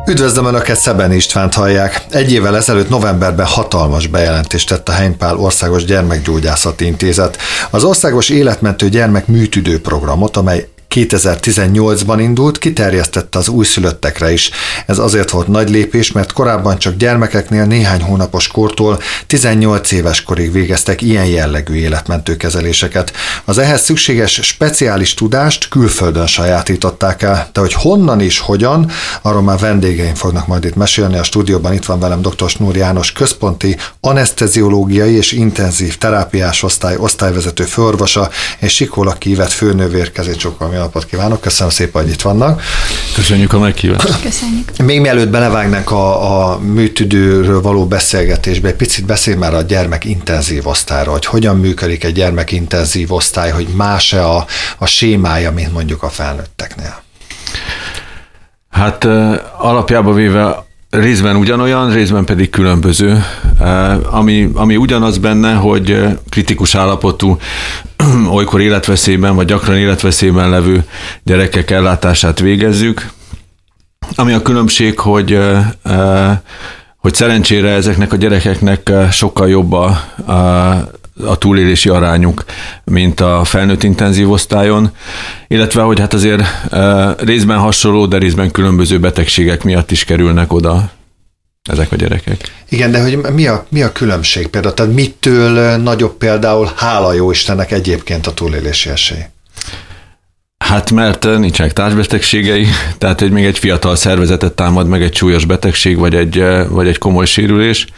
Üdvözlöm Önöket, Szebeni Istvánt hallják. Egy évvel ezelőtt novemberben hatalmas bejelentést tett a Heiny Pál Országos Gyermekgyógyászati Intézet. Az Országos Életmentő Gyermek Műtüdő programot, amely 2018-ban indult, kiterjesztette az újszülöttekre is. Ez azért volt nagy lépés, mert korábban csak gyermekeknél néhány hónapos kortól 18 éves korig végeztek ilyen jellegű életmentő kezeléseket. Az ehhez szükséges speciális tudást külföldön sajátították el, de hogy honnan és hogyan, arról már vendégeim fognak majd itt mesélni. A stúdióban itt van velem dr. Snúr János, központi aneszteziológiai és intenzív terápiás osztály osztályvezető főorvosa, és Sikolaki Ivett főnővérkezécsokkal. Jó napot kívánok, köszönöm szépen, hogy itt vannak. Köszönjük a meghívást. Köszönjük. Még mielőtt belevágnánk a műtüdőről való beszélgetésbe, egy picit beszélj már a gyermekintenzív osztályról, hogy hogyan működik egy gyermekintenzív osztály, hogy más-e a sémája, mint mondjuk a felnőtteknél. Hát alapjában véve részben ugyanolyan, részben pedig különböző. Ami ugyanaz benne, hogy kritikus állapotú, olykor életveszélyben, vagy gyakran életveszélyben levő gyerekek ellátását végezzük. Ami a különbség, hogy szerencsére ezeknek a gyerekeknek sokkal jobb a túlélési arányuk, mint a felnőtt intenzív osztályon, illetve, hogy hát azért részben hasonló, de részben különböző betegségek miatt is kerülnek oda ezek a gyerekek. Igen, de hogy mi a különbség például? Tehát mitől nagyobb például, hála jó Istennek, egyébként a túlélési esély? Hát mert nincsenek társbetegségei, tehát hogy még egy fiatal szervezetet támad meg egy súlyos betegség, vagy egy komoly sérülés.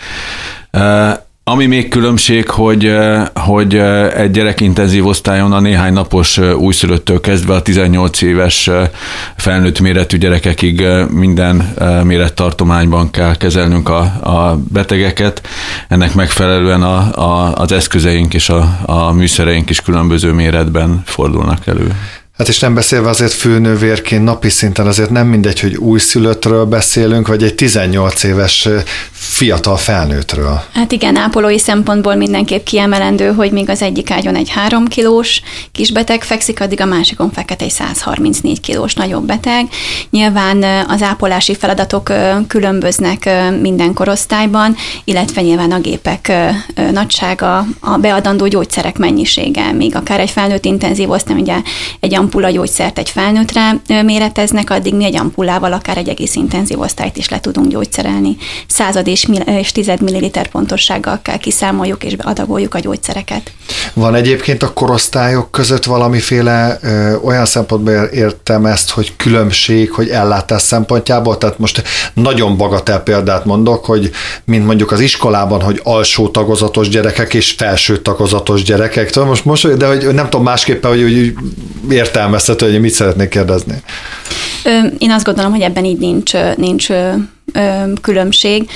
Ami még különbség, hogy egy gyerekintenzív osztályon a néhány napos újszülöttől kezdve a 18 éves felnőtt méretű gyerekekig minden mérettartományban kell kezelnünk a betegeket. Ennek megfelelően az eszközeink és a műszereink is különböző méretben fordulnak elő. Hát és nem beszélve azért főnővérként napi szinten azért nem mindegy, hogy újszülöttről beszélünk, vagy egy 18 éves fiatal felnőttről. Hát igen, ápolói szempontból mindenképp kiemelendő, hogy még az egyik ágyon egy 3 kilós kisbeteg fekszik, addig a másikon fekete egy 134 kilós nagyobb beteg. Nyilván az ápolási feladatok különböznek minden korosztályban, illetve nyilván a gépek nagysága, a beadandó gyógyszerek mennyisége, még akár egy felnőtt intenzív osztály, ugye egy ampulla gyógyszert egy felnőttre méreteznek, addig mi egy ampullával akár egy egész intenzív osztályt is le tudunk gyógyszerelni. 100 és 10 milliliter pontossággal kell kiszámoljuk és beadagoljuk a gyógyszereket. Van egyébként a korosztályok között valamiféle olyan szempontból értem ezt, hogy különbség, hogy ellátás szempontjából, tehát most nagyon bagatel példát mondok, hogy mint mondjuk az iskolában, hogy alsó tagozatos gyerekek és felső tagozatos gyerekek, de hogy nem tudom másképpen, hogy értelmezhető, hogy mit szeretnék kérdezni. Én azt gondolom, hogy ebben így nincs különbség.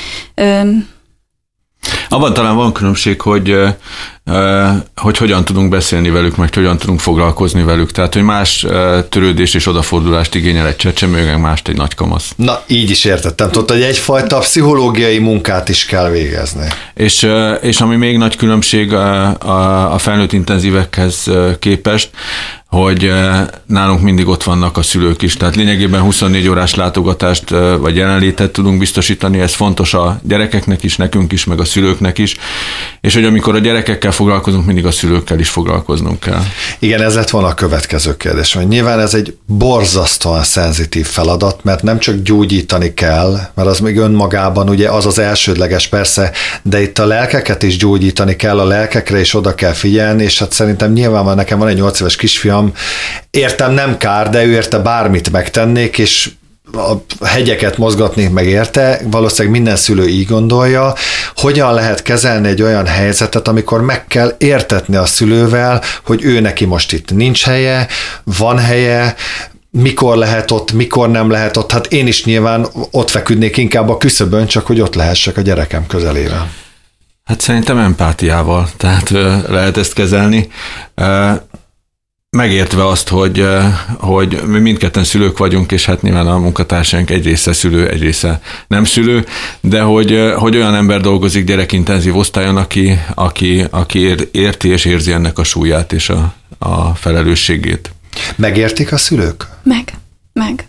Abban talán van különbség, hogy hogyan tudunk beszélni velük, meg hogyan tudunk foglalkozni velük. Tehát, hogy más törődést és odafordulást igényel egy csecsemő, meg mást egy nagykamasz. Na, így is értettem. Tudod, hogy egyfajta pszichológiai munkát is kell végezni. És ami még nagy különbség a felnőtt intenzívekhez képest, hogy nálunk mindig ott vannak a szülők is. Tehát lényegében 24 órás látogatást vagy jelenlétet tudunk biztosítani, ez fontos a gyerekeknek is, nekünk is, meg a szülőknek is, és hogy amikor a gyerekekkel foglalkozunk, mindig a szülőkkel is foglalkoznunk kell. Igen, ez lett volna a következő kérdés, hogy nyilván ez egy borzasztóan szenzitív feladat, mert nem csak gyógyítani kell, mert az még önmagában ugye az elsődleges persze, de itt a lelkeket is gyógyítani kell, a lelkekre is oda kell figyelni, és hát szerintem nyilván nekem van egy 8 éves kisfiam, értem nem kár, de ő érte bármit megtennék, és a hegyeket mozgatnék meg érte, valószínűleg minden szülő így gondolja, hogyan lehet kezelni egy olyan helyzetet, amikor meg kell értetni a szülővel, hogy ő neki most itt nincs helye, van helye, mikor lehet ott, mikor nem lehet ott. Hát én is nyilván ott feküdnék inkább a küszöbön, csak hogy ott lehessek a gyerekem közelében. Hát szerintem empátiával, tehát lehet ezt kezelni. Megértve azt, hogy mi mindketten szülők vagyunk, és hát nyilván a munkatársaink egy része szülő, egy része nem szülő, de hogy olyan ember dolgozik gyerekintenzív osztályon, aki érti és érzi ennek a súlyát és a felelősségét. Megértik a szülők? Meg.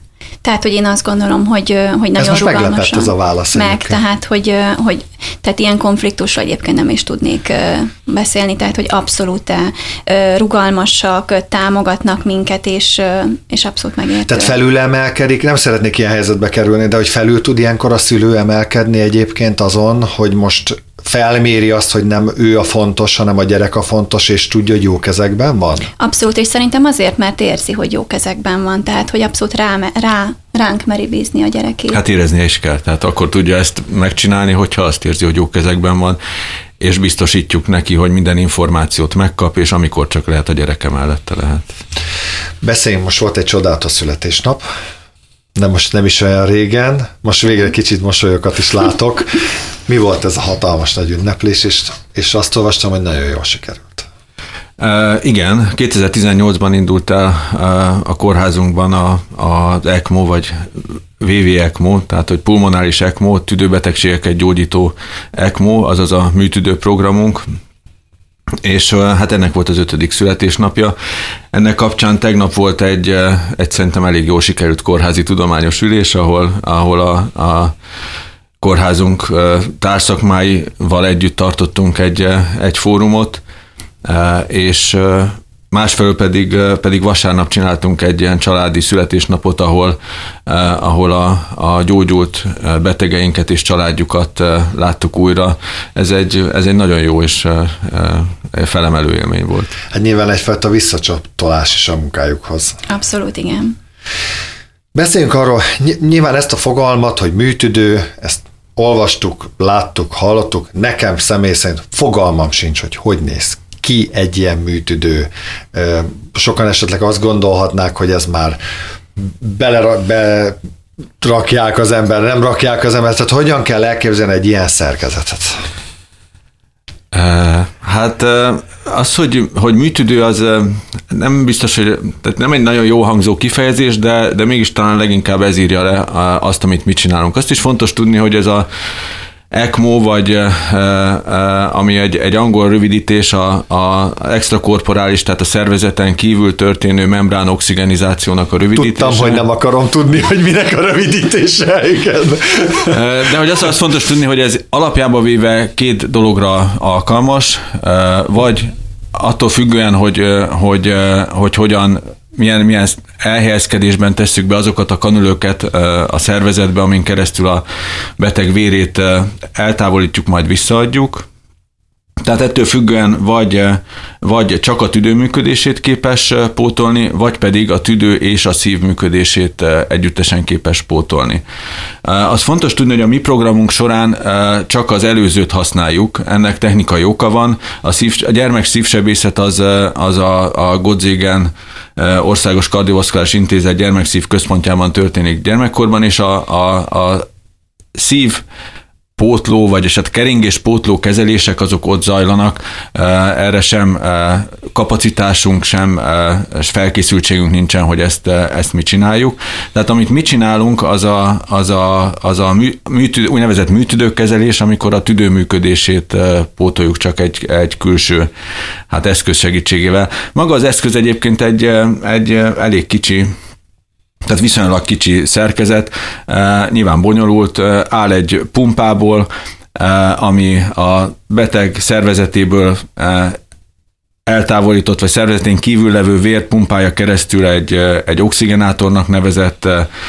Tehát, hogy én azt gondolom, hogy nagyon ez most rugalmasan. Meglepett ez a válasz. Tehát, tehát ilyen konfliktusról egyébként nem is tudnék beszélni, tehát, hogy abszolút rugalmasak, támogatnak minket, és abszolút megértő. Tehát felülemelkedik, nem szeretnék ilyen helyzetbe kerülni, de hogy felül tud ilyenkor a szülő emelkedni egyébként azon, hogy most felméri azt, hogy nem ő a fontos, hanem a gyerek a fontos, és tudja, hogy jó kezekben van? Abszolút, és szerintem azért, mert érzi, hogy jó kezekben van, tehát hogy abszolút ránk meri bízni a gyerekét. Hát éreznie is kell, tehát akkor tudja ezt megcsinálni, hogyha azt érzi, hogy jó kezekben van, és biztosítjuk neki, hogy minden információt megkap, és amikor csak lehet, a gyereke mellette lehet. Beszéljünk, most volt egy csodálatos születésnap, de most nem is olyan régen, most végre kicsit mosolyokat is látok. Mi volt ez a hatalmas nagy ünneplés, és azt olvastam, hogy nagyon jól sikerült. Igen, 2018-ban indult el a kórházunkban az ECMO, vagy VV ECMO, tehát hogy pulmonális ECMO, tüdőbetegségeket gyógyító ECMO, azaz a műtüdő programunk, és hát ennek volt az 5. születésnapja. Ennek kapcsán tegnap volt egy szerintem elég jól sikerült kórházi tudományos ülés, ahol a kórházunk társszakmáival együtt tartottunk egy fórumot, és másfelől pedig vasárnap csináltunk egy ilyen családi születésnapot, ahol a gyógyult betegeinket és családjukat láttuk újra. Ez egy nagyon jó és felemelő élmény volt. Hát nyilván egyfajta visszacsatolás is a munkájukhoz. Abszolút, igen. Beszéljünk arról, nyilván ezt a fogalmat, hogy műtüdő, ezt olvastuk, láttuk, hallottuk, nekem személy szerint fogalmam sincs, hogy néz ki egy ilyen műtüdő. Sokan esetleg azt gondolhatnák, hogy ez már berakják az ember, nem rakják az ember, tehát hogyan kell elképzelni egy ilyen szerkezetet? Hát az, hogy műtüdő, az nem biztos, hogy tehát nem egy nagyon jó hangzó kifejezés, de mégis talán leginkább ez írja le azt, amit mi csinálunk. Azt is fontos tudni, hogy ez a ECMO, vagy ami egy angol rövidítés, a extrakorporális, tehát a szervezeten kívül történő membrán oxigenizációnak a rövidítése. Tudtam, hogy nem akarom tudni, hogy minek a rövidítése, igen. De hogy azt fontos tudni, hogy ez alapjában véve 2 dologra alkalmas, vagy attól függően, hogy hogyan milyen elhelyezkedésben tesszük be azokat a kanülőket a szervezetbe, amin keresztül a beteg vérét eltávolítjuk, majd visszaadjuk. Tehát ettől függően vagy csak a tüdő működését képes pótolni, vagy pedig a tüdő és a szív működését együttesen képes pótolni. Az fontos tudni, hogy a mi programunk során csak az előzőt használjuk, ennek technikai oka van. A gyermek szívsebészet az a Gottszegen Országos Kardiovaszkuláris Intézet gyermekszív központjában történik gyermekkorban, és a szív pótló, vagyis hát keringés pótló kezelések azok ott zajlanak, erre sem kapacitásunk, sem felkészültségünk nincsen, hogy ezt mi csináljuk. Tehát amit mi csinálunk, az a úgynevezett műtüdőkezelés, amikor a tüdő működését pótoljuk csak egy külső eszköz segítségével. Maga az eszköz egyébként egy elég kicsi, tehát viszonylag kicsi szerkezet, nyilván bonyolult, áll egy pumpából, ami a beteg szervezetéből eltávolított, vagy szervezetén kívül levő vér pumpálja keresztül egy oxigenátornak nevezett,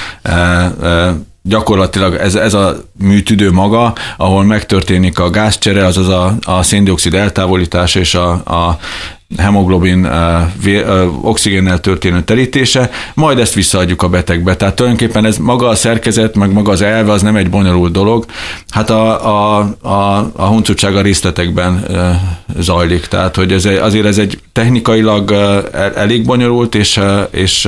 gyakorlatilag ez a műtüdő maga, ahol megtörténik a gázcsere, azaz a széndioxid eltávolítása és a hemoglobin oxigénnel történő terítése, majd ezt visszaadjuk a betegbe. Tehát tulajdonképpen ez maga a szerkezet, meg maga az elve, az nem egy bonyolult dolog. Hát a huncutság a részletekben zajlik. Tehát, hogy azért ez egy technikailag elég bonyolult, és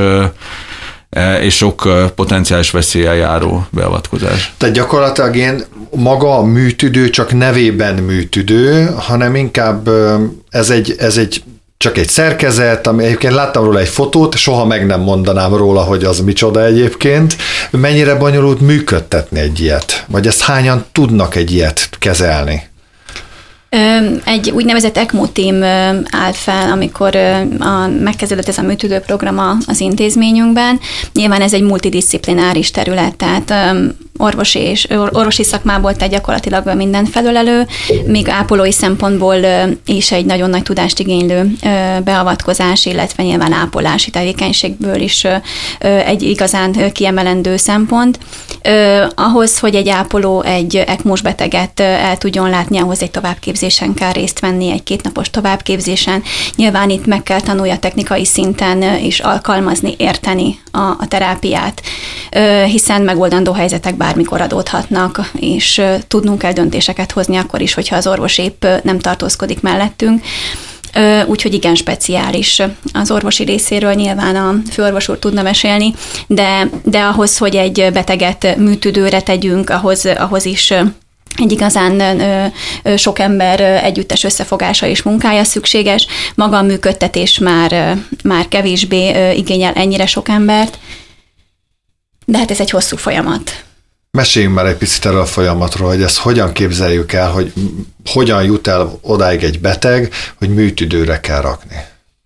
sok potenciális veszéllyel járó beavatkozás. Tehát gyakorlatilag maga a műtüdő csak nevében műtüdő, hanem inkább ez csak egy szerkezet, ami egyébként láttam róla egy fotót, soha meg nem mondanám róla, hogy az micsoda egyébként. Mennyire bonyolult működtetni egy ilyet? Vagy ezt hányan tudnak egy ilyet kezelni? Egy úgynevezett ECMO team állt fel, amikor megkezdődött ez a műtüdő program az intézményünkben. Nyilván ez egy multidisziplináris terület, tehát orvosi szakmából tehát gyakorlatilag minden felölelő, míg ápolói szempontból is egy nagyon nagy tudást igénylő beavatkozás, illetve nyilván ápolási tevékenységből is egy igazán kiemelendő szempont. Ahhoz, hogy egy ápoló egy ECMO-s beteget el tudjon látni, ahhoz egy továbbképzésen kell részt venni, egy 2 napos továbbképzésen. Nyilván itt meg kell tanulja technikai szinten is alkalmazni, érteni a terápiát, hiszen megoldandó helyzetek bármikor adódhatnak, és tudnunk kell döntéseket hozni akkor is, hogyha az orvos épp nem tartózkodik mellettünk. Úgyhogy igen speciális az orvosi részéről, nyilván a főorvos úr tudna mesélni, de ahhoz, hogy egy beteget műtüdőre tegyünk, ahhoz is egy igazán sok ember együttes összefogása és munkája szükséges. Maga a működtetés már kevésbé igényel ennyire sok embert, de hát ez egy hosszú folyamat. Meséljünk már egy picit erről a folyamatról, hogy ezt hogyan képzeljük el, hogy hogyan jut el odáig egy beteg, hogy műtüdőre kell rakni.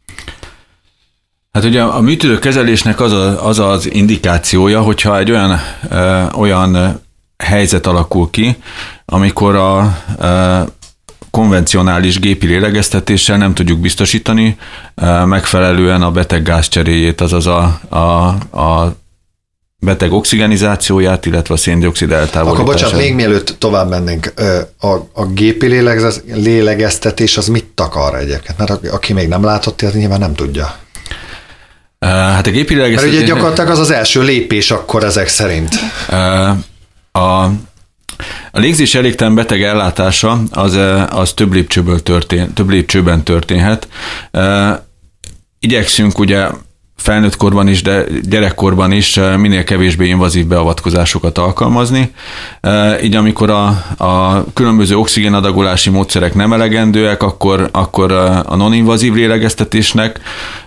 Hát ugye a műtüdő kezelésnek az indikációja, hogyha egy olyan helyzet alakul ki, amikor a konvencionális gépi lélegeztetéssel nem tudjuk biztosítani megfelelően a beteg gázcseréjét, azaz a beteg oxigenizációját, illetve a szén-dioxid eltávolítását. Akkor bocsánat, még mielőtt tovább mennénk, a gépi lélegeztetés az mit takar egyébként? Mert aki még nem látott, az nyilván nem tudja. Hát a gépi lélegeztetés... Mert ugye gyakorlatilag az első lépés akkor ezek szerint. A légzés elégtelen beteg ellátása az több lépcsőben történhet. Igyekszünk ugye felnőtt korban is, de gyerekkorban is minél kevésbé invazív beavatkozásokat alkalmazni. Így amikor a különböző oxigénadagolási módszerek nem elegendőek, akkor a non-invazív lélegeztetésnek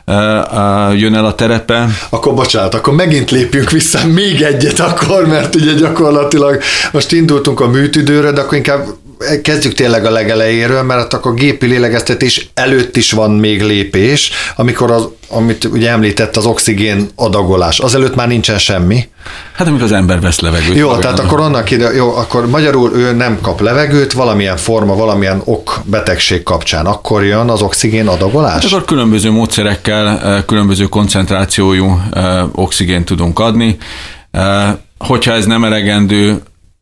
jön el a terepe. Akkor bocsánat, akkor megint lépjünk vissza még egyet akkor, mert ugye gyakorlatilag most indultunk a műtüdőre, de akkor inkább kezdjük tényleg a legelejéről, mert akkor a gépi lélegeztetés előtt is van még lépés, amikor amit ugye említett, az oxigén adagolás. Azelőtt már nincsen semmi. Hát amikor az ember vesz levegőt. Jó, tehát akkor akkor magyarul ő nem kap levegőt, valamilyen forma, valamilyen betegség kapcsán. Akkor jön az oxigén adagolás? Hát akkor különböző módszerekkel, különböző koncentrációjú oxigént tudunk adni. Hogyha ez nem elegendő,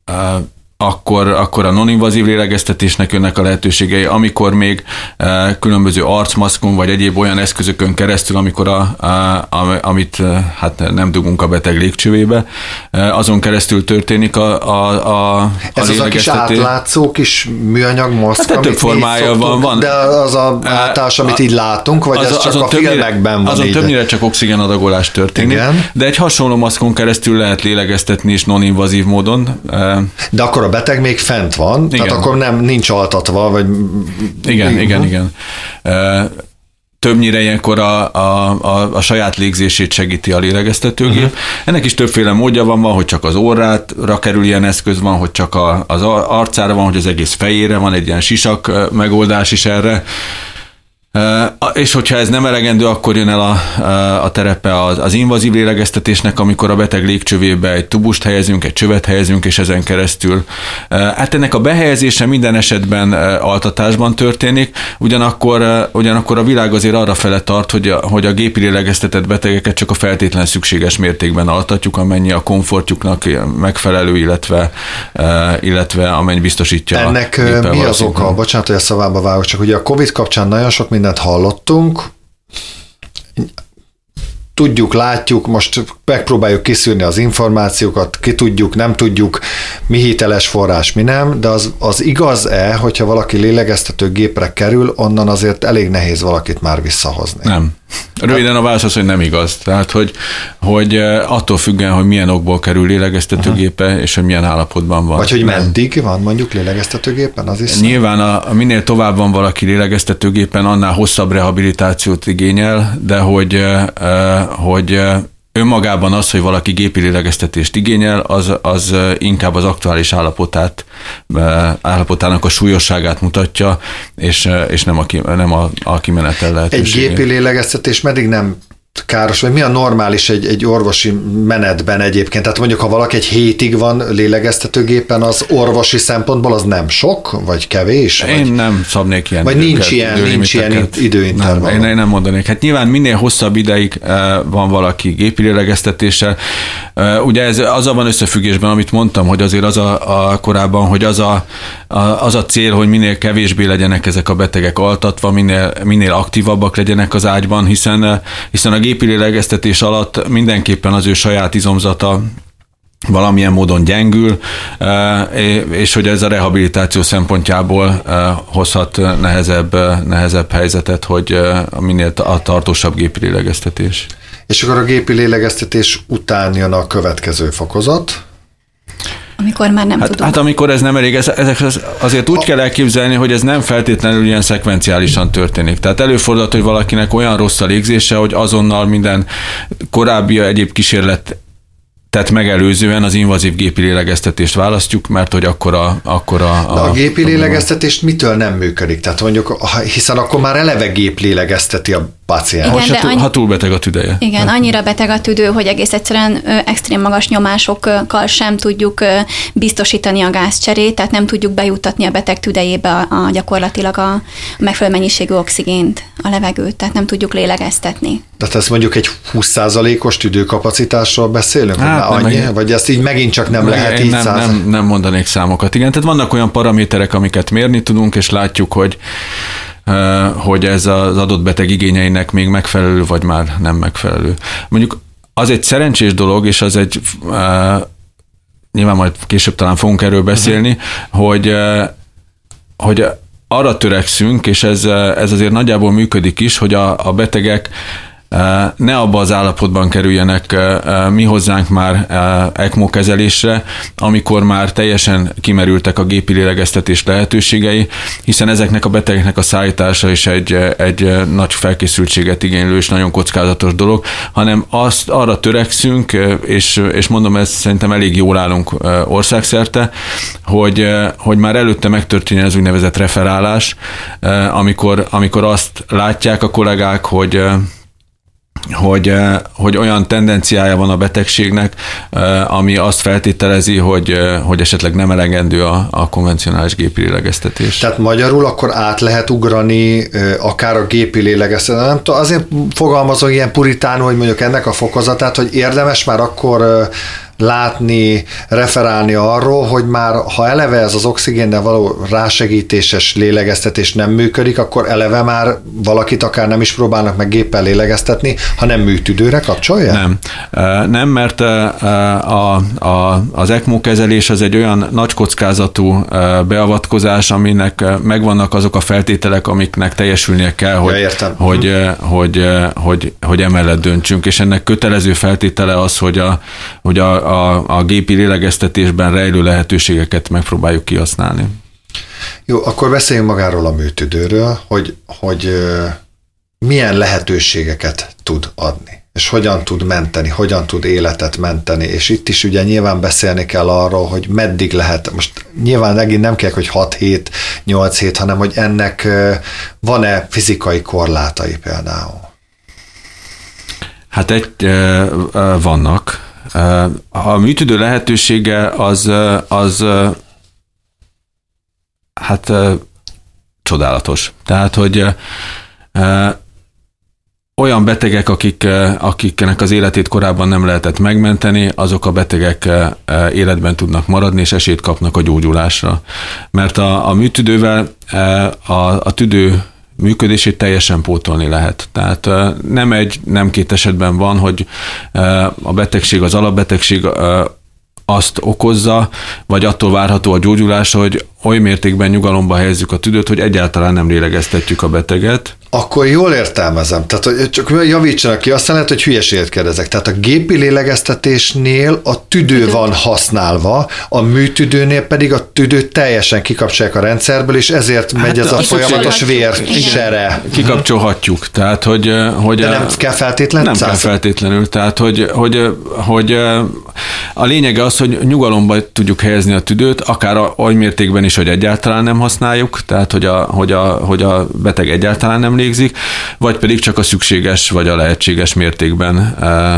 akkor a non-invazív lélegeztetésnek jönnek a lehetőségei, amikor még különböző arcmaszkon vagy egyéb olyan eszközökön keresztül, amikor amit hát nem dugunk a beteg légcsövébe, azon keresztül történik a ez az a kis átlátszó kis műanyag maszk, hát több formája van. De az a átás, amit így látunk, vagy ez csak a filmekben van? Azon többnyire csak oxigénadagolás történik, igen. De egy hasonló maszkon keresztül lehet lélegeztetni is non-invazív módon. De akkor a beteg még fent van, igen. Tehát akkor nincs altatva, vagy... Igen. Többnyire ilyenkor a saját légzését segíti a lélegeztetőgép. Ennek is többféle módja van, hogy csak az orrára kerül ilyen eszköz, van, hogy csak az arcára van, hogy az egész fejére van, egy ilyen sisak megoldás is erre. És hogyha ez nem elegendő, akkor jön el a terepe az invazív lélegeztetésnek, amikor a beteg légcsövébe egy tubust helyezünk, egy csövet helyezünk, és ezen keresztül. Hát ennek a behelyezése minden esetben altatásban történik, ugyanakkor a világ azért arra fele tart, hogy a gépi lélegeztetett betegeket csak a feltétlen szükséges mértékben altatjuk, amennyi a komfortjuknak megfelelő, illetve amennyi biztosítja. Ennek mi az oka? Bocsánat, hogy a szavába vágok, csak ugye a Covid kapcsán nagyon sok mindent hallottunk, tudjuk, látjuk, most megpróbáljuk kiszűrni az információkat, ki tudjuk, nem tudjuk, mi hiteles forrás, mi nem, de az igaz-e, hogyha valaki lélegeztetőgépre kerül, onnan azért elég nehéz valakit már visszahozni? Nem. Röviden a válasz az, hogy nem igaz. Tehát, hogy attól függően, hogy milyen okból kerül lélegeztetőgépe, és hogy milyen állapotban van. Vagy hogy meddig van mondjuk lélegeztetőgépen, az is? Nyilván minél tovább van valaki lélegeztetőgépen, annál hosszabb rehabilitációt igényel, de hogy önmagában az, hogy valaki gépi lélegeztetést igényel, az inkább az aktuális állapotának a súlyosságát mutatja, és nem a kimenetel lehetőségét. Egy gépi lélegeztetés meddig nem káros, vagy mi a normális egy orvosi menetben egyébként? Tehát mondjuk, ha valaki egy hétig van lélegeztetőgépen, az orvosi szempontból az nem sok, vagy kevés? Én nem szabnék ilyen. Vagy nincs ilyen időintervallum. Én nem mondanék. Hát nyilván minél hosszabb ideig van valaki gépi lélegeztetéssel. Ugye ez azzal van összefüggésben, amit mondtam, hogy azért az korábban, hogy az a cél, hogy minél kevésbé legyenek ezek a betegek altatva, minél aktívabbak legyenek az ágyban, hiszen a gépi lélegeztetés alatt mindenképpen az ő saját izomzata valamilyen módon gyengül, és hogy ez a rehabilitáció szempontjából hozhat nehezebb helyzetet, hogy minél a tartósabb gépi lélegeztetés. És akkor a gépi lélegeztetés után jön a következő fokozat? Amikor már nem tudunk. Hát amikor ez nem elég, azért úgy kell elképzelni, hogy ez nem feltétlenül ilyen szekvenciálisan történik. Tehát előfordulhat, hogy valakinek olyan rossz a légzése, hogy azonnal minden korábbi egyéb kísérlet tehát megelőzően az invazív gépi lélegeztetést választjuk, mert hogy akkor a gépi lélegeztetés mitől nem működik? Tehát mondjuk, hiszen akkor már eleve gép lélegezteti a páciens. Ha túl beteg a tüdeje. Igen, annyira beteg a tüdő, hogy egész egyszerűen extrém magas nyomásokkal sem tudjuk biztosítani a gázcserét, tehát nem tudjuk bejuttatni a beteg tüdejébe gyakorlatilag a megfelelő mennyiségű oxigént, a levegőt, tehát nem tudjuk lélegeztetni. Tehát ez mondjuk egy 20%-os tüdőkapacitásról beszélünk? Vagy ezt így megint csak nem lehet így nem mondanék számokat. Igen, tehát vannak olyan paraméterek, amiket mérni tudunk, és látjuk, hogy ez az adott beteg igényeinek még megfelelő, vagy már nem megfelelő. Mondjuk az egy szerencsés dolog, és az egy, nyilván majd később talán fogunk erről beszélni, hogy arra törekszünk, és ez azért nagyjából működik is, hogy a betegek ne abba az állapotban kerüljenek mi hozzánk már ECMO kezelésre, amikor már teljesen kimerültek a gépi lélegeztetés lehetőségei, hiszen ezeknek a betegeknek a szállítása is egy nagy felkészültséget igénylő és nagyon kockázatos dolog, hanem arra törekszünk, és mondom, ezt szerintem elég jól állunk országszerte, hogy már előtte megtörténjen az úgynevezett referálás, amikor azt látják a kollégák, hogy olyan tendenciája van a betegségnek, ami azt feltételezi, hogy esetleg nem elegendő a konvencionális gépi lélegeztetés. Tehát magyarul akkor át lehet ugrani akár a gépi lélegeztetés. Nem tudom, azért fogalmazok ilyen puritánul, hogy mondjuk ennek a fokozatát, hogy érdemes már akkor látni, referálni arról, hogy már ha eleve ez az oxigénnel való rásegítéses lélegeztetés nem működik, akkor eleve már valakit akár nem is próbálnak meg géppel lélegeztetni, hanem műtüdőre kapcsolja? Nem, mert az ECMO kezelés az egy olyan nagy kockázatú beavatkozás, aminek megvannak azok a feltételek, amiknek teljesülnie kell, hogy emellett döntsünk, és ennek kötelező feltétele az, hogy a gépi lélegeztetésben rejlő lehetőségeket megpróbáljuk kihasználni. Jó, akkor beszéljünk magáról a műtüdőről, hogy milyen lehetőségeket tud adni, és hogyan tud menteni, hogyan tud életet menteni, és itt is ugye nyilván beszélni kell arról, hogy meddig lehet, most nyilván megint nem kell, hogy 6 hét, 8 hét, hanem hogy ennek van-e fizikai korlátai például? Hát vannak. A műtüdő lehetősége az csodálatos. Tehát, hogy olyan betegek, akiknek az életét korábban nem lehetett megmenteni, azok a betegek életben tudnak maradni, és esélyt kapnak a gyógyulásra. Mert a műtüdővel a tüdő működését teljesen pótolni lehet. Tehát nem két esetben van, hogy a betegség, az alapbetegség azt okozza, vagy attól várható a gyógyulás, hogy oly mértékben nyugalomba helyezzük a tüdőt, hogy egyáltalán nem lélegeztetjük a beteget. Akkor jól értelmezem. Tehát csak javítsanak ki, aztán lehet, hogy hülyeséget kérdezek. Tehát a gépi lélegeztetésnél a tüdő van használva, a műtüdőnél pedig a tüdőt teljesen kikapcsolják a rendszerből, és ezért megy ez a folyamatos vérsere. Kikapcsolhatjuk. Tehát, hogy de nem kell feltétlenül? Nem kell feltétlenül. Tehát, hogy a lényege az, hogy nyugalomba tudjuk helyezni a tüdőt, akár oly mértékben is, hogy egyáltalán nem használjuk, tehát hogy a beteg egyáltalán nem légzik, vagy pedig csak a szükséges vagy a lehetséges mértékben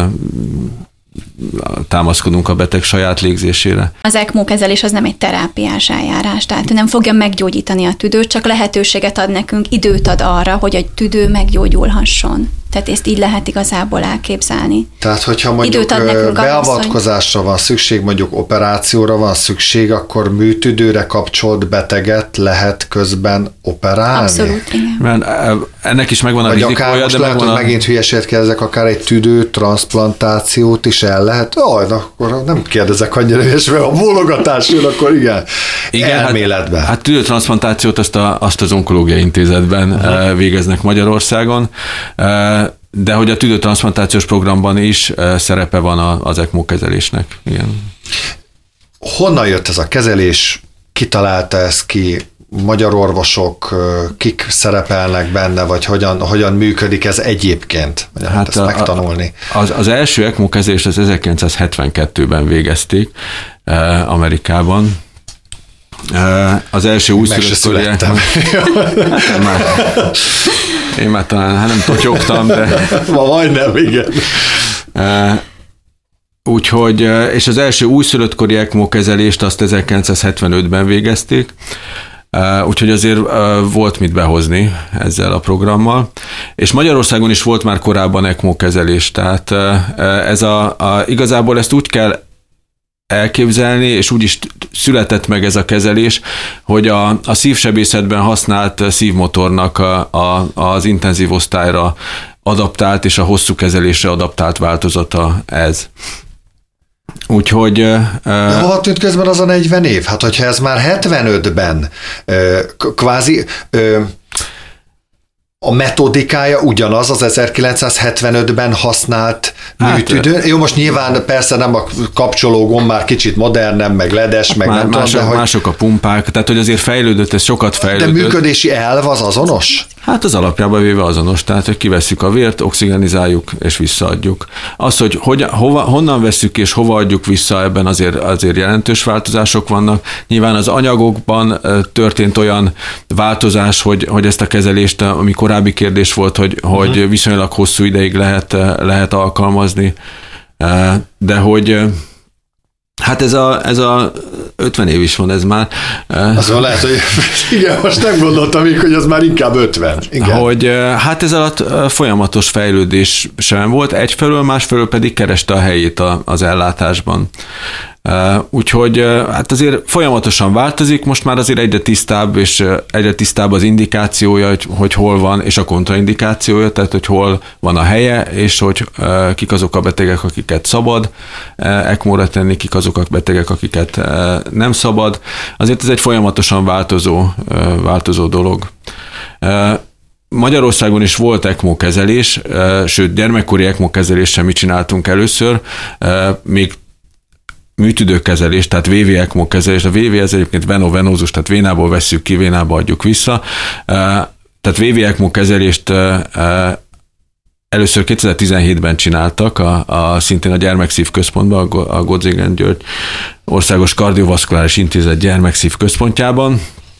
támaszkodunk a beteg saját légzésére. Az ECMO kezelés az nem egy terápiás eljárás, tehát nem fogja meggyógyítani a tüdőt, csak lehetőséget ad nekünk, időt ad arra, hogy a tüdő meggyógyulhasson. Tehát ezt így lehet igazából elképzelni. Tehát, hogyha mondjuk beavatkozásra van szükség, mondjuk operációra van szükség, akkor műtüdőre kapcsolt beteget lehet közben operálni? Abszolút, igen. Mert ennek is megvan a rizikója, de lehet, hogy megint hülyeséget kérdezek, akár egy tüdőtranszplantációt is el lehet. Akkor nem kérdezek annyira hülyesre, a bólogatás jön, akkor igen elméletben. Hát tüdőtranszplantációt azt az onkológiai intézetben végeznek Magyarországon, de hogy a tüdőtranszplantációs programban is szerepe van az ECMO kezelésnek. Igen. Honnan jött ez a kezelés? Ki találta ezt ki? Magyar orvosok, kik szerepelnek benne, vagy hogyan működik ez egyébként? Hát ezt megtanulni. Az első ECMO kezelést az 1972-ben végezték Amerikában. Az első újszülött én már talán nem totyogtam, de... Ma majdnem, igen. Úgyhogy, és az első újszülöttkori ECMO kezelést azt 1975-ben végezték, úgyhogy azért volt mit behozni ezzel a programmal. És Magyarországon is volt már korábban ECMO kezelés, tehát igazából ezt úgy kell elképzelni, és úgy is született meg ez a kezelés, hogy a szívsebészetben használt szívmotornak az intenzív osztályra adaptált és a hosszú kezelésre adaptált változata ez. Úgyhogy... De hova tűnt közben az a 40 év? Hát, hogyha ez már 75-ben kvázi... A metodikája ugyanaz az 1975-ben használt műtüdő. Jó, most nyilván persze nem a kapcsológomb már kicsit modernebb, meg ledes, meg nem tudom, de mások a pumpák, tehát hogy azért fejlődött, ez sokat fejlődött. De működési elv az azonos? Hát az alapjában véve azonos, tehát hogy kivesszük a vért, oxigenizáljuk és visszaadjuk. Az, hogy honnan vesszük és hova adjuk vissza, ebben azért jelentős változások vannak. Nyilván az anyagokban történt olyan változás, hogy ezt a kezelést, ami korábbi kérdés volt, hogy viszonylag hosszú ideig lehet alkalmazni, de hogy hát ez a 50 év is van ez már. Azon lehet, hogy igen, most nem gondoltam még, hogy az már inkább 50. Igen. Hogy hát ez alatt folyamatos fejlődés sem volt, egyfelől, másfelől pedig kereste a helyét az ellátásban. Úgyhogy hát azért folyamatosan változik, most már azért egyre tisztább, és egyre tisztább az indikációja, hogy hol van, és a kontraindikációja, tehát hogy hol van a helye, és hogy kik azok a betegek, akiket szabad ECMO-ra tenni, kik azok a betegek, akiket nem szabad. Azért ez egy folyamatosan változó dolog. Magyarországon is volt ECMO kezelés, sőt gyermekkori ECMO kezelés sem mi csináltunk először, még műtüdőkezelés, tehát VV ECMO kezelés. A VV ez egyébként venovenózus, tehát vénából vesszük ki, vénába adjuk vissza. Tehát VV ECMO kezelést először 2017-ben csináltak, szintén a Gyermekszív Központban, a Godzingen György Országos Kardiovaszkuláris Intézet Gyermekszív Központjában.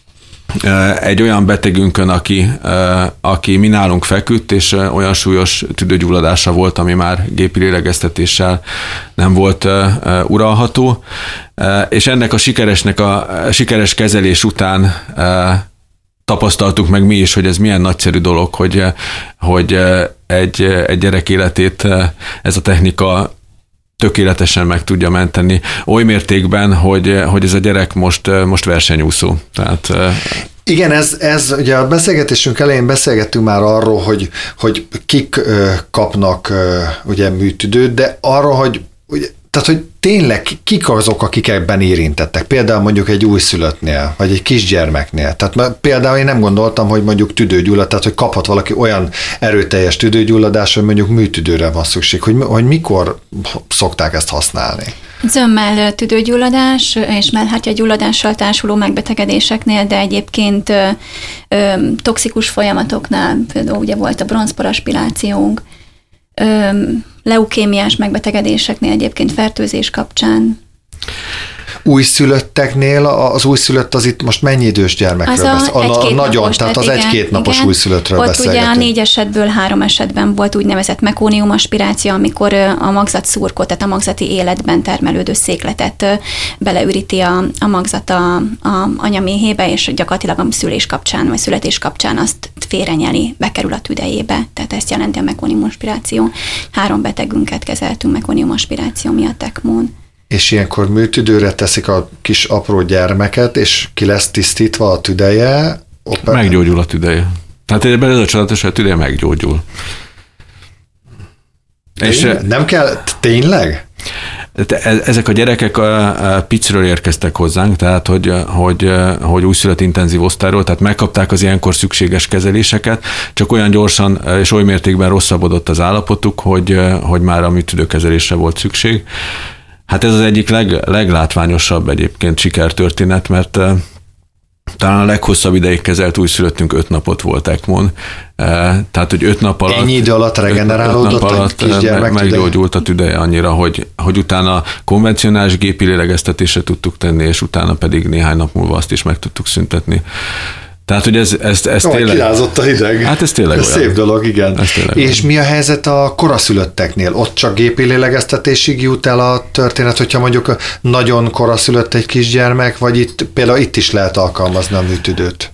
Egy olyan betegünkön, aki mi nálunk feküdt, és olyan súlyos tüdőgyulladása volt, ami már gépi lélegeztetéssel nem volt uralható, és ennek a sikeres kezelés után tapasztaltuk meg mi is, hogy ez milyen nagyszerű dolog, hogy egy gyerek életét ez a technika tökéletesen meg tudja menteni, oly mértékben, hogy ez a gyerek most versenyúszó. Tehát, igen, ez ugye a beszélgetésünk elején beszélgettünk már arról, hogy kik kapnak ugye műtüdőt, de arról, hogy tényleg kik azok, akik ebben érintettek? Például mondjuk egy újszülöttnél, vagy egy kisgyermeknél. Tehát például én nem gondoltam, hogy mondjuk tüdőgyullad, tehát hogy kaphat valaki olyan erőteljes tüdőgyulladás, hogy mondjuk műtüdőre van szükség. Hogy mikor szokták ezt használni? Zömmel tüdőgyulladás és mellhártyagyulladással társuló megbetegedéseknél, de egyébként toxikus folyamatoknál, például ugye volt a bronzparaspirációnk, leukémiás megbetegedéseknél egyébként fertőzés kapcsán. Újszülötteknél az újszülött az itt most mennyi idős gyermekről beszél? Nagyon, tehát az egy-két napos újszülöttről beszélgetünk. Ott ugye a 4 esetből 3 esetben volt úgynevezett mekónium aspiráció, amikor a magzatszurkot, tehát a magzati életben termelődő székletet beleüríti a magzat a anyaméhébe, és gyakorlatilag a szülés kapcsán, vagy születés kapcsán azt félrenyeli, bekerül a tüdejébe. Tehát ezt jelenti a mekónium aspiráció. 3 betegünket kezeltünk mekónium aspiráció miatt ECMO-n. És ilyenkor műtüdőre teszik a kis apró gyermeket, és ki lesz tisztítva a tüdeje? Meggyógyul a tüdeje. Tehát ebben ez a csodálatos, hogy a tüdeje meggyógyul. És nem kell, tényleg? Ezek a gyerekek piciről érkeztek hozzánk, tehát hogy újszülött intenzív osztályról, tehát megkapták az ilyenkor szükséges kezeléseket, csak olyan gyorsan és oly mértékben rosszabbodott az állapotuk, hogy már a műtüdőkezelésre volt szükség. Hát ez az egyik leglátványosabb egyébként sikertörténet, mert talán a leghosszabb ideig kezelt újszülöttünk 5 napot volt ECMO-n. Tehát, hogy 5 nap alatt... Ennyi idő alatt regenerálódott a kisgyermek meggyógyult a tüdeje annyira, hogy utána konvencionális gépi lélegeztetésre tudtuk tenni, és utána pedig néhány nap múlva azt is meg tudtuk szüntetni. Tehát, hogy ez tényleg... Kirázott a hideg. Hát ez tényleg ez olyan. Szép dolog, igen. És mi a helyzet a koraszülötteknél? Ott csak gépi lélegeztetésig jut el a történet, hogyha mondjuk nagyon koraszülött egy kisgyermek, vagy például itt is lehet alkalmazni a műtüdőt?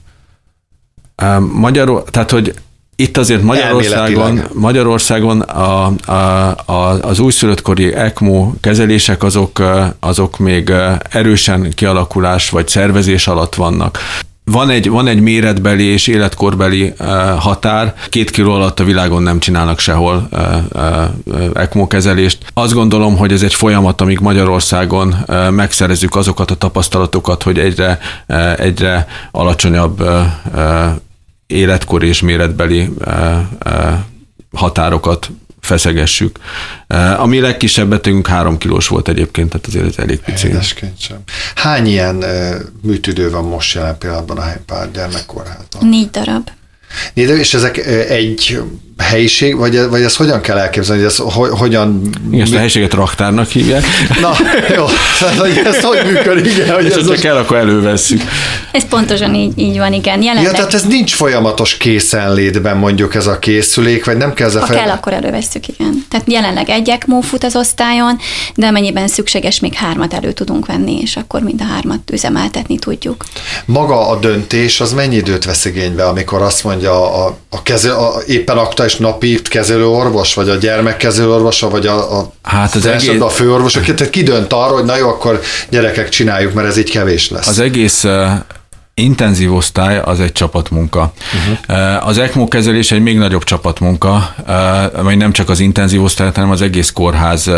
Tehát, hogy itt azért Magyarországon az újszülöttkori ECMO kezelések azok még erősen kialakulás vagy szervezés alatt vannak. Van egy méretbeli és életkorbeli határ. 2 kiló alatt a világon nem csinálnak sehol ECMO kezelést. Azt gondolom, hogy ez egy folyamat, amíg Magyarországon megszerezzük azokat a tapasztalatokat, hogy egyre alacsonyabb életkor és méretbeli határokat feszegessük. A mi legkisebb betegünk 3 kilós volt egyébként, tehát azért ez elég pici. Hány ilyen műtüdő van most jelen pillanatban a Heimpál gyermekkórházban? 4 darab. És ezek egy helyiség, vagy ezt hogyan kell elképzelni, hogy ez hogyan... Igen, ezt a helyiséget raktárnak hívják. Na, jó, ez hogy működik? Igen, és ezt kell, akkor elővesszük. Ez pontosan így van, igen. Ja, tehát ez nincs folyamatos készenlétben mondjuk ez a készülék, vagy nem kell... Ha kell, akkor elővesszük, igen. Tehát jelenleg 1 ECMO fut az osztályon, de amennyiben szükséges, még 3 elő tudunk venni, és akkor mind a 3 üzemeltetni tudjuk. Maga a döntés, az mennyi időt vesz igénybe, amikor azt mondja éppen aktuális napi kezelőorvos, vagy a gyermekkezelőorvosa, vagy a főorvosok, tehát ki dönt arra, hogy na jó, akkor gyerekek csináljuk, mert ez így kevés lesz. Az egész intenzív osztály az egy csapatmunka. Az ECMO kezelés egy még nagyobb csapatmunka, vagy nem csak az intenzív osztály, hanem az egész kórház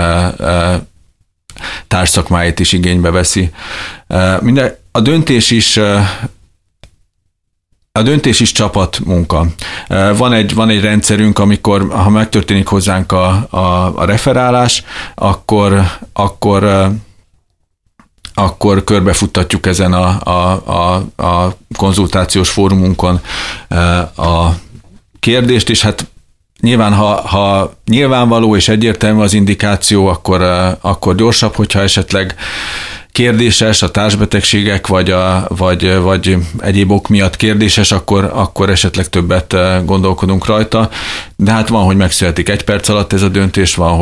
társszakmáit is igénybe veszi. A döntés is csapatmunka. Van egy rendszerünk, amikor, ha megtörténik hozzánk a referálás, akkor körbefuttatjuk ezen a konzultációs fórumunkon a kérdést, és hát nyilván, ha nyilvánvaló és egyértelmű az indikáció, akkor gyorsabb, hogyha esetleg kérdéses, a társbetegségek, vagy egyéb ok miatt kérdéses, akkor esetleg többet gondolkodunk rajta. De hát van, hogy megszületik 1 perc alatt ez a döntés, van,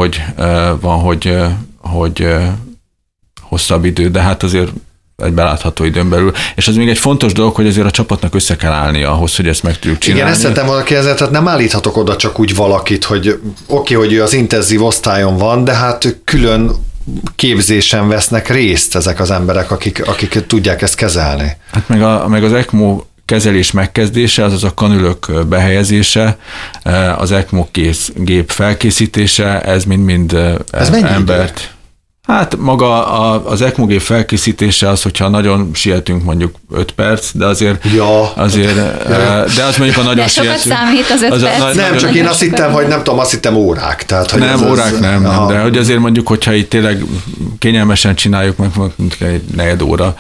hogy hosszabb idő, de hát azért egy belátható időn belül. És az még egy fontos dolog, hogy azért a csapatnak össze kell állni ahhoz, hogy ezt meg tudjuk csinálni. Igen, ezt szerettem volna kérdezni, tehát nem állíthatok oda csak úgy valakit, hogy oké, hogy ő az intenzív osztályon van, de hát külön képzésen vesznek részt ezek az emberek, akik tudják ezt kezelni. Hát meg az ECMO kezelés megkezdése, azaz a kanülök behelyezése, az ECMO gép felkészítése, ez mind ez embert. Hát maga az ECMO-gép felkészítése az, hogyha nagyon sietünk, mondjuk 5 perc, de azért, de az mondjuk a nagyon sietünk. Sokat számít az 5 perc. Nem, csak én azt hittem órák. Tehát, hogy nem, órák nem, de hogy azért mondjuk, hogyha itt tényleg kényelmesen csináljuk, meg egy 4 óra.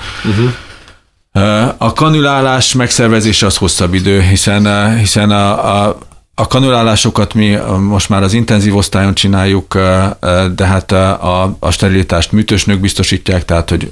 A kanülálás megszervezése az hosszabb idő, hiszen a kanulálásokat mi most már az intenzív osztályon csináljuk, de hát a sterilitást műtősnők biztosítják, tehát hogy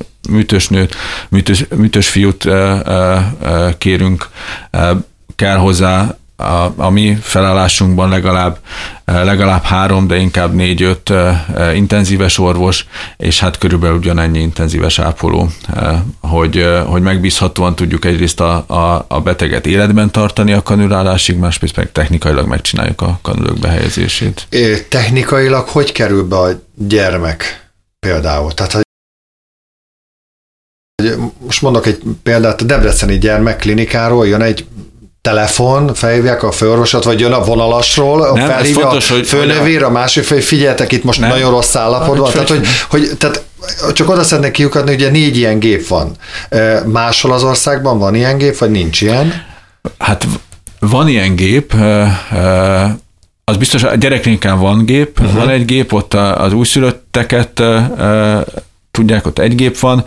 műtős fiút kérünk, kell hozzá a mi felállásunkban legalább 3, de inkább 4-5 intenzíves orvos, és hát körülbelül ugyanennyi intenzíves ápoló, hogy megbízhatóan tudjuk egyrészt a beteget életben tartani a kanülálásig, másrészt meg technikailag megcsináljuk a kanülők behelyezését. Technikailag hogy kerül be a gyermek például? Tehát, most mondok egy példát, a Debreceni gyermekklinikáról jön egy telefon, felhívják a főorvosot, vagy jön a vonalasról, felhívja fontos, a főnövér, a másik fél, figyeltek, itt most nagyon rossz állapotban. Tehát csak oda szeretnék kiukadni, hogy ugye 4 ilyen gép van. Máshol az országban van ilyen gép, vagy nincs ilyen? Hát van ilyen gép, az biztos, a gyerekklinikán van gép, van egy gép, ott az újszülötteket tudják, ott egy gép van,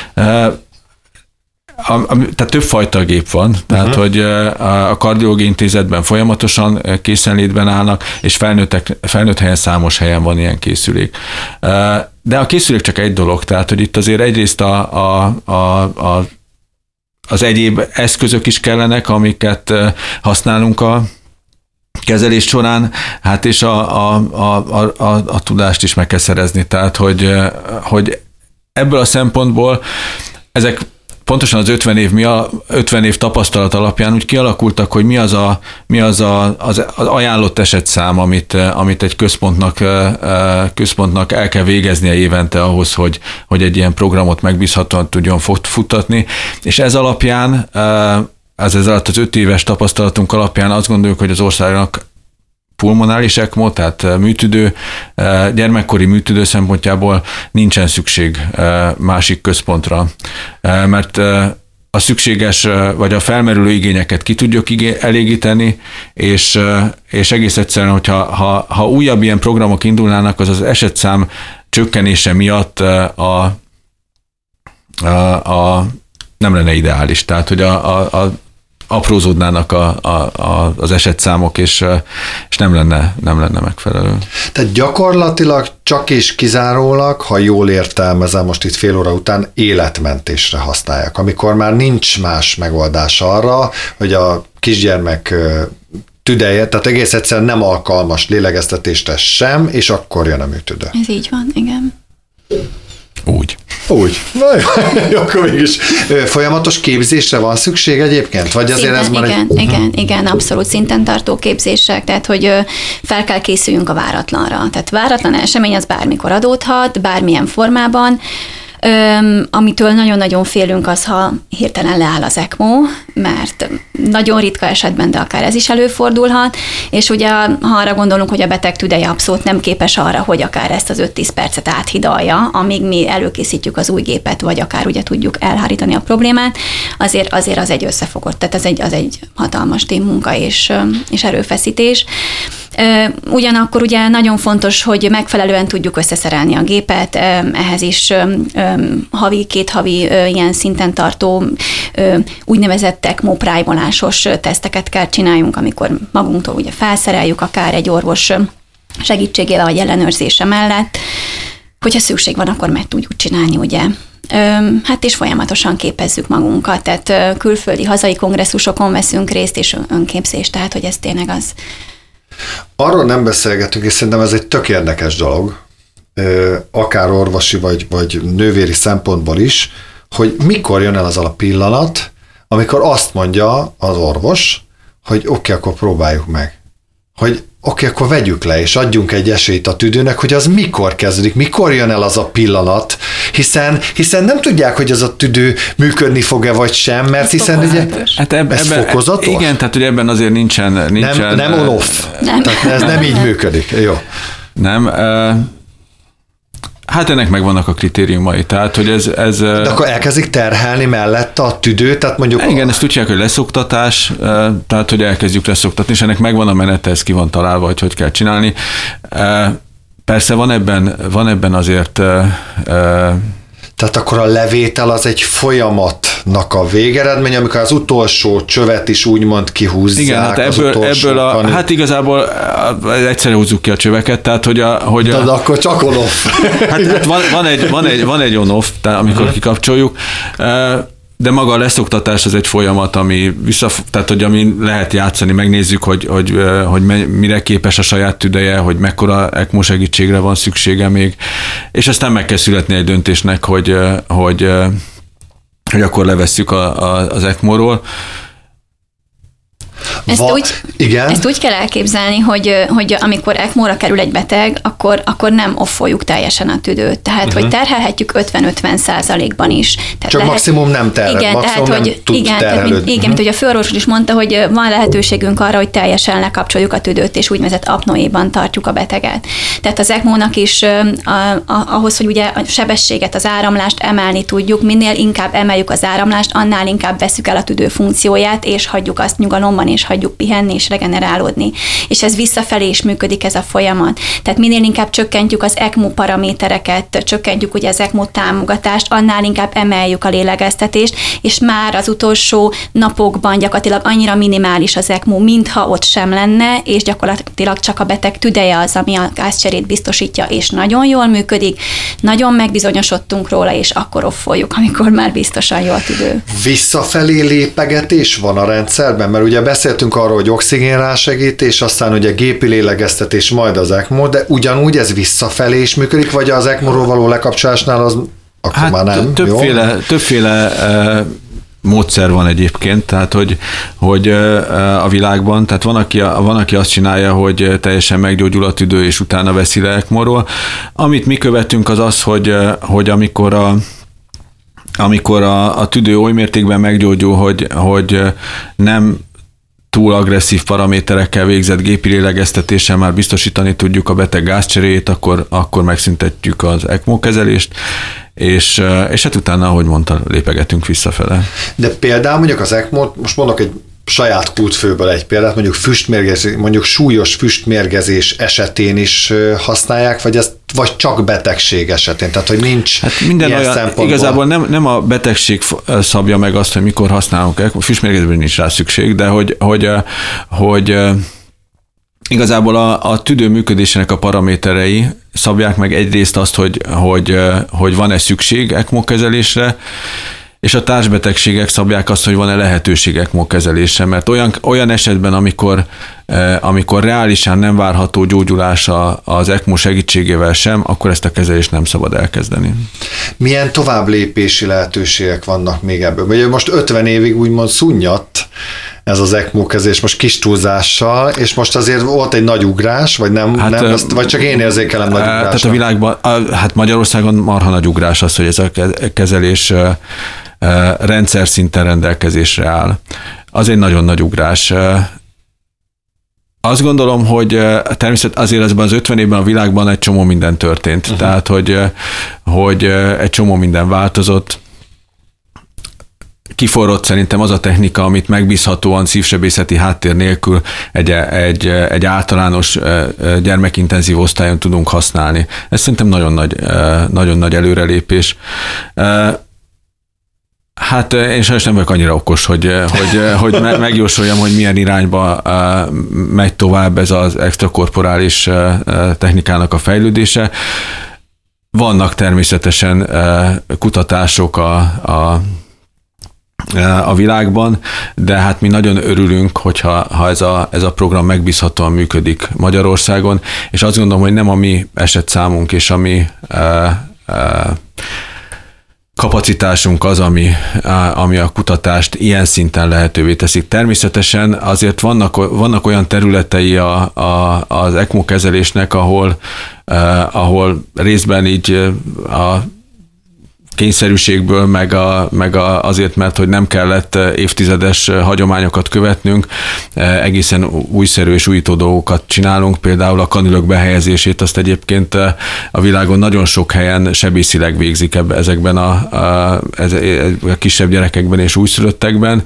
tehát többfajta gép van, tehát hogy a kardiológiai intézetben folyamatosan készenlétben állnak, és felnőtt helyen számos helyen van ilyen készülék. De a készülék csak egy dolog, tehát hogy itt azért egyrészt az egyéb eszközök is kellenek, amiket használunk a kezelés során, hát és a tudást is meg kell szerezni, tehát hogy ebből a szempontból ezek pontosan az 50 év tapasztalat alapján úgy kialakultak, hogy mi az ajánlott esetszám, amit egy központnak el kell végeznie évente ahhoz, hogy egy ilyen programot megbízhatóan tudjon futtatni. És ez alapján, ez alatt az 5 éves tapasztalatunk alapján azt gondoljuk, hogy az országnak pulmonális ECMO, tehát műtüdő, gyermekkori műtüdő szempontjából nincsen szükség másik központra, mert a szükséges, vagy a felmerülő igényeket ki tudjuk elégíteni, és egész egyszerűen, hogyha újabb ilyen programok indulnának, az esetszám csökkenése miatt nem lenne ideális. Tehát, hogy aprózódnának az esetszámok, és nem lenne megfelelő. Tehát gyakorlatilag csak és kizárólag, ha jól értelmezem most itt fél óra után, életmentésre használják, amikor már nincs más megoldás arra, hogy a kisgyermek tüdeje, tehát egész egyszerűen nem alkalmas lélegeztetésre sem, és akkor jön a műtüdő. Ez így van, igen. Úgy. Na jó, akkor mégis folyamatos képzésre van szükség egyébként? Vagy azért ez már igen, abszolút szinten tartó képzések, tehát hogy fel kell készüljünk a váratlanra. Tehát váratlan esemény az bármikor adódhat, bármilyen formában. Amitől nagyon-nagyon félünk az, ha hirtelen leáll az ECMO, mert nagyon ritka esetben, de akár ez is előfordulhat, és ugye ha arra gondolunk, hogy a beteg tüdeje abszolút nem képes arra, hogy akár ezt az 5-10 percet áthidalja, amíg mi előkészítjük az új gépet, vagy akár ugye tudjuk elhárítani a problémát, azért az egy összefogott, tehát az egy hatalmas témmunka és erőfeszítés. Ugyanakkor ugye nagyon fontos, hogy megfelelően tudjuk összeszerelni a gépet, ehhez is két havi ilyen szinten tartó úgynevezett ECMO primeolásos teszteket kell csináljunk, amikor magunktól ugye felszereljük, akár egy orvos segítségével vagy ellenőrzése mellett. Hogyha szükség van, akkor meg tudjuk csinálni, ugye. Hát és folyamatosan képezzük magunkat, tehát külföldi, hazai kongresszusokon veszünk részt, és önképzés, tehát hogy ez tényleg az. Arról nem beszélgetünk, és szerintem ez egy tök érdekes dolog, akár orvosi vagy nővéri szempontból is, hogy mikor jön el az a pillanat, amikor azt mondja az orvos, hogy oké, akkor próbáljuk meg. Hogy oké, akkor vegyük le, és adjunk egy esélyt a tüdőnek, hogy az mikor kezdődik, mikor jön el az a pillanat, hiszen nem tudják, hogy az a tüdő működni fog-e vagy sem, mert ez hiszen ugye ez fokozatos. Igen, tehát ugye ebben azért nincsen nem on-off. Tehát ez nem így működik. Jó. Nem. Hát ennek megvannak a kritériumai, tehát hogy ez... De akkor elkezdik terhelni mellette a tüdőt, tehát mondjuk... Igen, ezt úgy hívják, hogy leszoktatás, tehát hogy elkezdjük leszoktatni, és ennek megvan a menete, ez ki van találva, hogy kell csinálni. Persze van ebben azért... Tehát akkor a levétel az egy folyamatnak a végeredmény, amikor az utolsó csövet is úgymond kihúzzák. Igen, hát hát igazából egyszerre húzzuk ki a csöveket, tehát hogy de akkor csak on-off. Hát van egy on-off, amikor kikapcsoljuk, de maga a leszoktatás az egy folyamat, ami tehát hogy ami lehet játszani, megnézzük, hogy mire képes a saját tüdeje, hogy mekkora ECMO segítségre van szüksége még, és aztán meg kell születni egy döntésnek, hogy akkor levesszük az ECMO-ról. Ezt úgy kell elképzelni, hogy amikor ECMO-ra kerül egy beteg, akkor nem offoljuk teljesen a tüdőt. Tehát, hogy terhelhetjük 50-50%-ban is. Tehát csak maximum nem terhel, igen, maximum tehát, nem tud terhelődni. Igen, mint hogy a főorvos is mondta, hogy van lehetőségünk arra, hogy teljesen lekapcsoljuk a tüdőt, és úgynevezett apnoéban tartjuk a beteget. Tehát az ECMO-nak is ahhoz, hogy ugye a sebességet, az áramlást emelni tudjuk, minél inkább emeljük az áramlást, annál inkább veszük el a tüdő funkcióját, és hagyjuk azt nyugalomban, és hagyjuk pihenni és regenerálódni. És ez visszafelé is működik ez a folyamat. Tehát minél inkább csökkentjük az ECMO paramétereket, csökkentjük ugye az ECMO támogatást, annál inkább emeljük a lélegeztetést, és már az utolsó napokban gyakorlatilag annyira minimális az ECMO, mintha ott sem lenne, és gyakorlatilag csak a beteg tüdeje az, ami a gázcserét biztosítja, és nagyon jól működik, nagyon megbizonyosodtunk róla, és akkor offoljuk, amikor már biztosan jó a tüdő. Visszafelé lépegetés van a rendszerben, mert ugye beszéltünk arról, hogy oxigén rásegítés, aztán ugye gépi lélegeztetés, majd az ECMO, de ugyanúgy ez visszafelé is működik, vagy az ECMO-ról való lekapcsolásnál az akkor hát már nem? Többféle módszer van egyébként, tehát hogy a világban, tehát van, aki azt csinálja, hogy teljesen meggyógyul a tüdő, és utána veszi le ECMO-ról. Amit mi követünk az az, hogy amikor a tüdő oly mértékben meggyógyul, hogy nem túl agresszív paraméterekkel végzett gépi lélegeztetéssel már biztosítani tudjuk a beteg gázcseréjét, akkor megszüntetjük az ECMO kezelést, és hát utána, ahogy mondta, lépegetünk visszafele. De például mondjuk az ECMO, most mondok egy saját kultfőből egy példát, mondjuk súlyos füstmérgezés esetén is használják, vagy csak betegség esetén, tehát hogy nincs minden ilyen olyan, szempontból. Igazából nem a betegség szabja meg azt, hogy mikor használunk ECMO, füstmérgezésben nincs rá szükség, de hogy igazából a tüdő működésének a paraméterei szabják meg egyrészt azt, hogy van-e szükség ECMO kezelésre, és a társbetegségek szabják azt, hogy van-e lehetőség ECMO kezelésre, mert olyan esetben, amikor reálisan nem várható gyógyulása az ECMO segítségével sem, akkor ezt a kezelést nem szabad elkezdeni. Milyen tovább lépési lehetőségek vannak még ebből? Ugye most 50 évig úgymond szunnyat ez az ECMO kezelés, most kis túlzással, és most azért volt egy nagy ugrás, vagy nem, vagy csak én érzékelem nagy ugrásra? Tehát a világban, hát Magyarországon marha nagy ugrás az, hogy ez a kezelés rendszer szinten rendelkezésre áll. Az egy nagyon nagy ugrás. Azt gondolom, hogy természetesen azért ezben az 50 évben a világban egy csomó minden történt. Tehát, hogy egy csomó minden változott. Kiforrott szerintem az a technika, amit megbízhatóan szívsebészeti háttér nélkül egy általános gyermekintenzív osztályon tudunk használni. Ez szerintem nagyon nagy előrelépés. Hát én sajnos nem vagyok annyira okos, hogy megjósoljam, hogy milyen irányba megy tovább ez az extrakorporális technikának a fejlődése. Vannak természetesen kutatások a világban, de hát mi nagyon örülünk, hogyha ez a program megbízhatóan működik Magyarországon, és azt gondolom, hogy nem a mi esetszámunk és a mi kapacitásunk az, ami a kutatást ilyen szinten lehetővé teszik. Természetesen azért vannak olyan területei az ECMO kezelésnek, ahol részben így a kényszerűségből, meg azért, mert hogy nem kellett évtizedes hagyományokat követnünk, egészen újszerű és újító dolgokat csinálunk, például a kanülök behelyezését, azt egyébként a világon nagyon sok helyen sebészileg végzik ezekben a kisebb gyerekekben és újszülöttekben,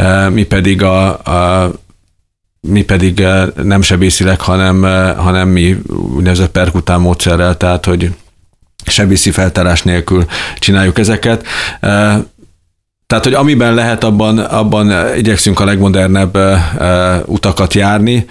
mi pedig nem sebészileg, hanem mi úgynevezett perkután módszerrel, tehát hogy sebészi feltárás nélkül csináljuk ezeket. Tehát, hogy amiben lehet, abban igyekszünk a legmodernebb utakat járni,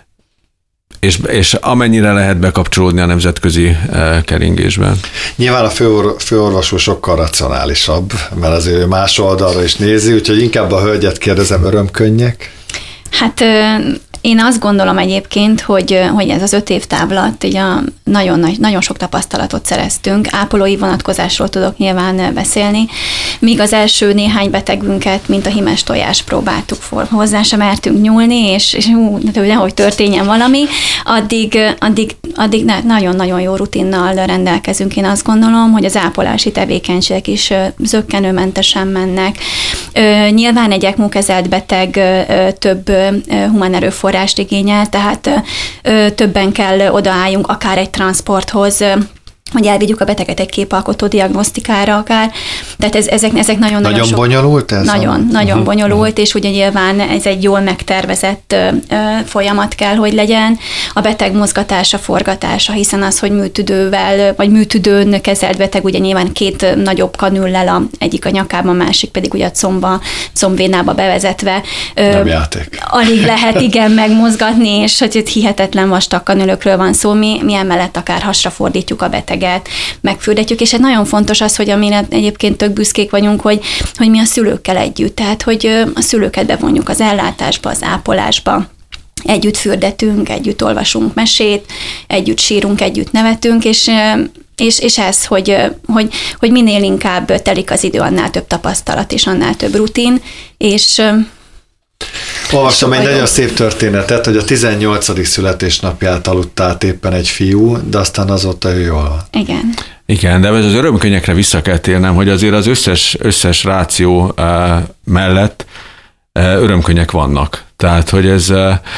és amennyire lehet bekapcsolódni a nemzetközi keringésben. Nyilván a főorvosú sokkal racionálisabb, mert azért más oldalra is nézi, úgyhogy inkább a hölgyet kérdezem, örömkönnyek? Hát én azt gondolom egyébként, hogy ez az 5 év távlat, így nagyon sok tapasztalatot szereztünk. Ápolói vonatkozásról tudok nyilván beszélni. Míg az első néhány betegünket, mint a hímes tojás próbáltuk hozzá sem mertünk nyúlni, és nehogy történjen valami, addig nagyon-nagyon jó rutinnal rendelkezünk. Én azt gondolom, hogy az ápolási tevékenységek is zökkenőmentesen mennek. Nyilván egy ECMO-kezelt beteg több humán erőforrást igényel, tehát többen kell odaálljunk akár egy transporthoz, hogy elvigyük a beteget egy képalkotó diagnosztikára akár. Tehát ezek nagyon sok... bonyolult ez? Nagyon bonyolult, és ugye nyilván ez egy jól megtervezett folyamat kell, hogy legyen. A beteg mozgatása, forgatása, hiszen az, hogy műtüdővel, vagy műtüdőn kezelt beteg, ugye nyilván 2 nagyobb kanüllel, egyik a nyakában, másik pedig ugye a combvénába bevezetve. Nem játék. Alig lehet igen megmozgatni, és hogy hihetetlen vastag kanülökről van szó, mi emellett akár hasra fordítjuk a beteget, megfürdetjük, és nagyon fontos az, hogy amire egyébként tök büszkék vagyunk, hogy mi a szülőkkel együtt, tehát hogy a szülőket bevonjuk az ellátásba, az ápolásba, együtt fürdetünk, együtt olvasunk mesét, együtt sírunk, együtt nevetünk, és ez, hogy minél inkább telik az idő, annál több tapasztalat és annál több rutin, és olvastam egy nagyon szép történetet, hogy a 18. születésnapját aludt át éppen egy fiú, de aztán azóta ő jól van. Igen, de az örömkönyvekre vissza kell térnem, hogy azért az összes ráció mellett örömkönyvek vannak. Tehát, hogy ez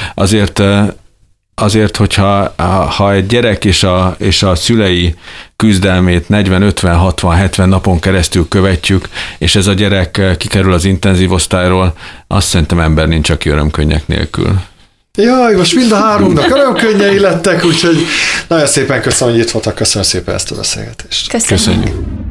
azért, hogyha egy gyerek és a szülei küzdelmét 40, 50, 60, 70 napon keresztül követjük, és ez a gyerek kikerül az intenzív osztályról, azt szerintem ember nincs, aki örömkönnyek nélkül. Jaj, most mind a 3-nak örömkönnyei lettek, úgyhogy nagyon szépen köszönöm, hogy itt voltak, köszönöm szépen ezt a beszélgetést. Köszönjük.